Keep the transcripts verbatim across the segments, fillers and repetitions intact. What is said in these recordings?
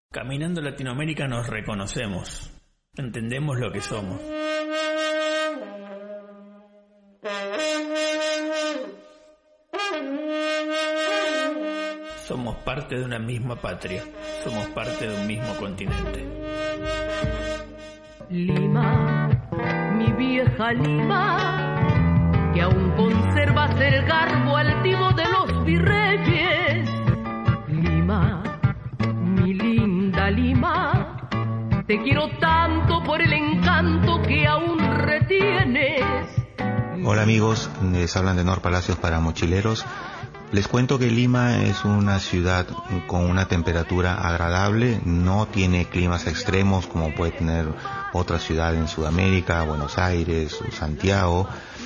Caminando Latinoamérica nos reconocemos, entendemos lo que somos. Somos parte de una misma patria, somos parte de un mismo continente. Lima, mi vieja Lima, que aún conservas el garbo altivo de los virreyes. Lima, mi linda Lima, te quiero tanto por el encanto que aún retienes. Hola amigos, les hablan de Nor Palacios para Mochileros. Les cuento que Lima es una ciudad con una temperatura agradable, no tiene climas extremos como puede tener otra ciudad en Sudamérica, Buenos Aires o Santiago.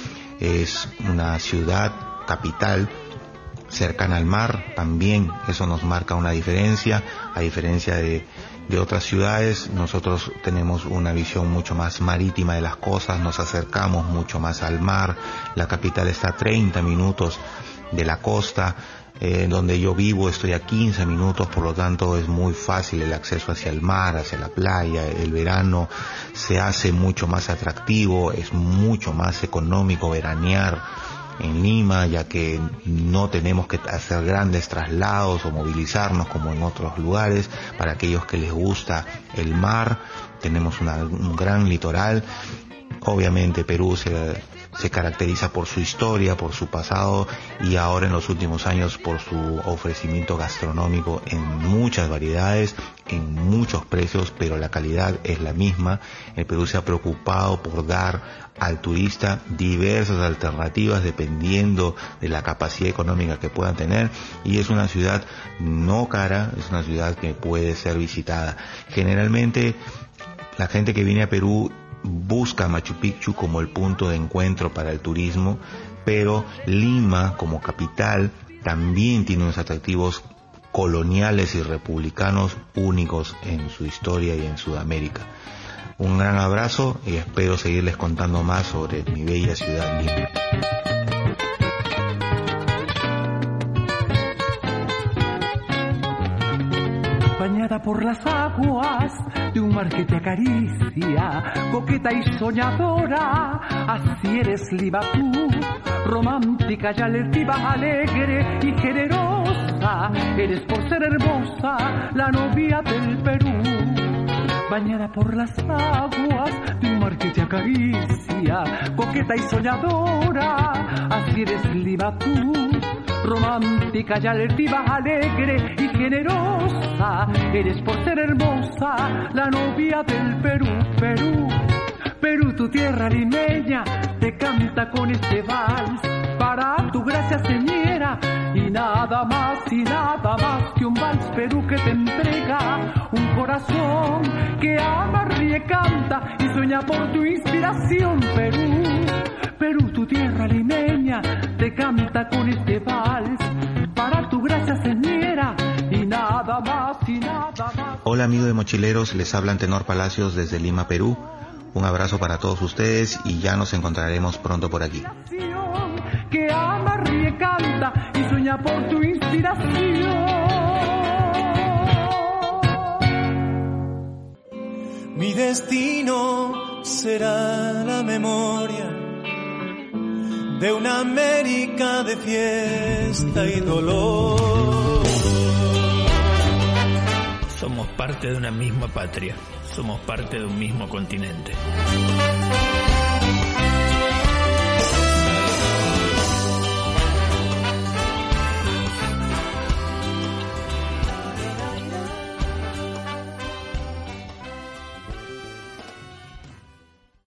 Es una ciudad capital cercana al mar, también eso nos marca una diferencia, a diferencia de, de otras ciudades. Nosotros tenemos una visión mucho más marítima de las cosas, nos acercamos mucho más al mar. La capital está a treinta minutos de la costa, eh, donde yo vivo estoy a quince minutos, por lo tanto es muy fácil el acceso hacia el mar, hacia la playa. El verano se hace mucho más atractivo, es mucho más económico veranear en Lima, ya que no tenemos que hacer grandes traslados o movilizarnos como en otros lugares. Para aquellos que les gusta el mar, tenemos una, un gran litoral. Obviamente Perú se, se caracteriza por su historia, por su pasado y ahora en los últimos años por su ofrecimiento gastronómico en muchas variedades, en muchos precios, pero la calidad es la misma. El Perú se ha preocupado por dar al turista diversas alternativas dependiendo de la capacidad económica que puedan tener, y es una ciudad no cara, es una ciudad que puede ser visitada. Generalmente la gente que viene a Perú busca Machu Picchu como el punto de encuentro para el turismo, pero Lima como capital también tiene unos atractivos coloniales y republicanos únicos en su historia y en Sudamérica. Un gran abrazo y espero seguirles contando más sobre mi bella ciudad Lima. Bañada por las aguas de un mar que te acaricia, coqueta y soñadora, así eres Lima tú, romántica y altiva, alegre y generosa, eres por ser hermosa la novia del Perú. Bañada por las aguas de un mar que te acaricia, coqueta y soñadora, así eres Lima tú, romántica y altiva, alegre y generosa, eres por ser hermosa la novia del Perú. Perú, Perú, tu tierra limeña te canta con este vals para tu gracia señera, y nada más y nada más que un vals, Perú, que te entrega un corazón que ama, ríe, canta y sueña por tu inspiración. Perú, Perú, tu tierra limeña te canta con este vals para tu gracia señera, y nada más y nada más. Hola amigos de Mochileros, les habla Tenor Palacios desde Lima, Perú. Un abrazo para todos ustedes y ya nos encontraremos pronto por aquí. Que ama, ríe, canta y sueña por tu inspiración. Mi destino será la memoria de una América de fiesta y dolor. Somos parte de una misma patria, somos parte de un mismo continente.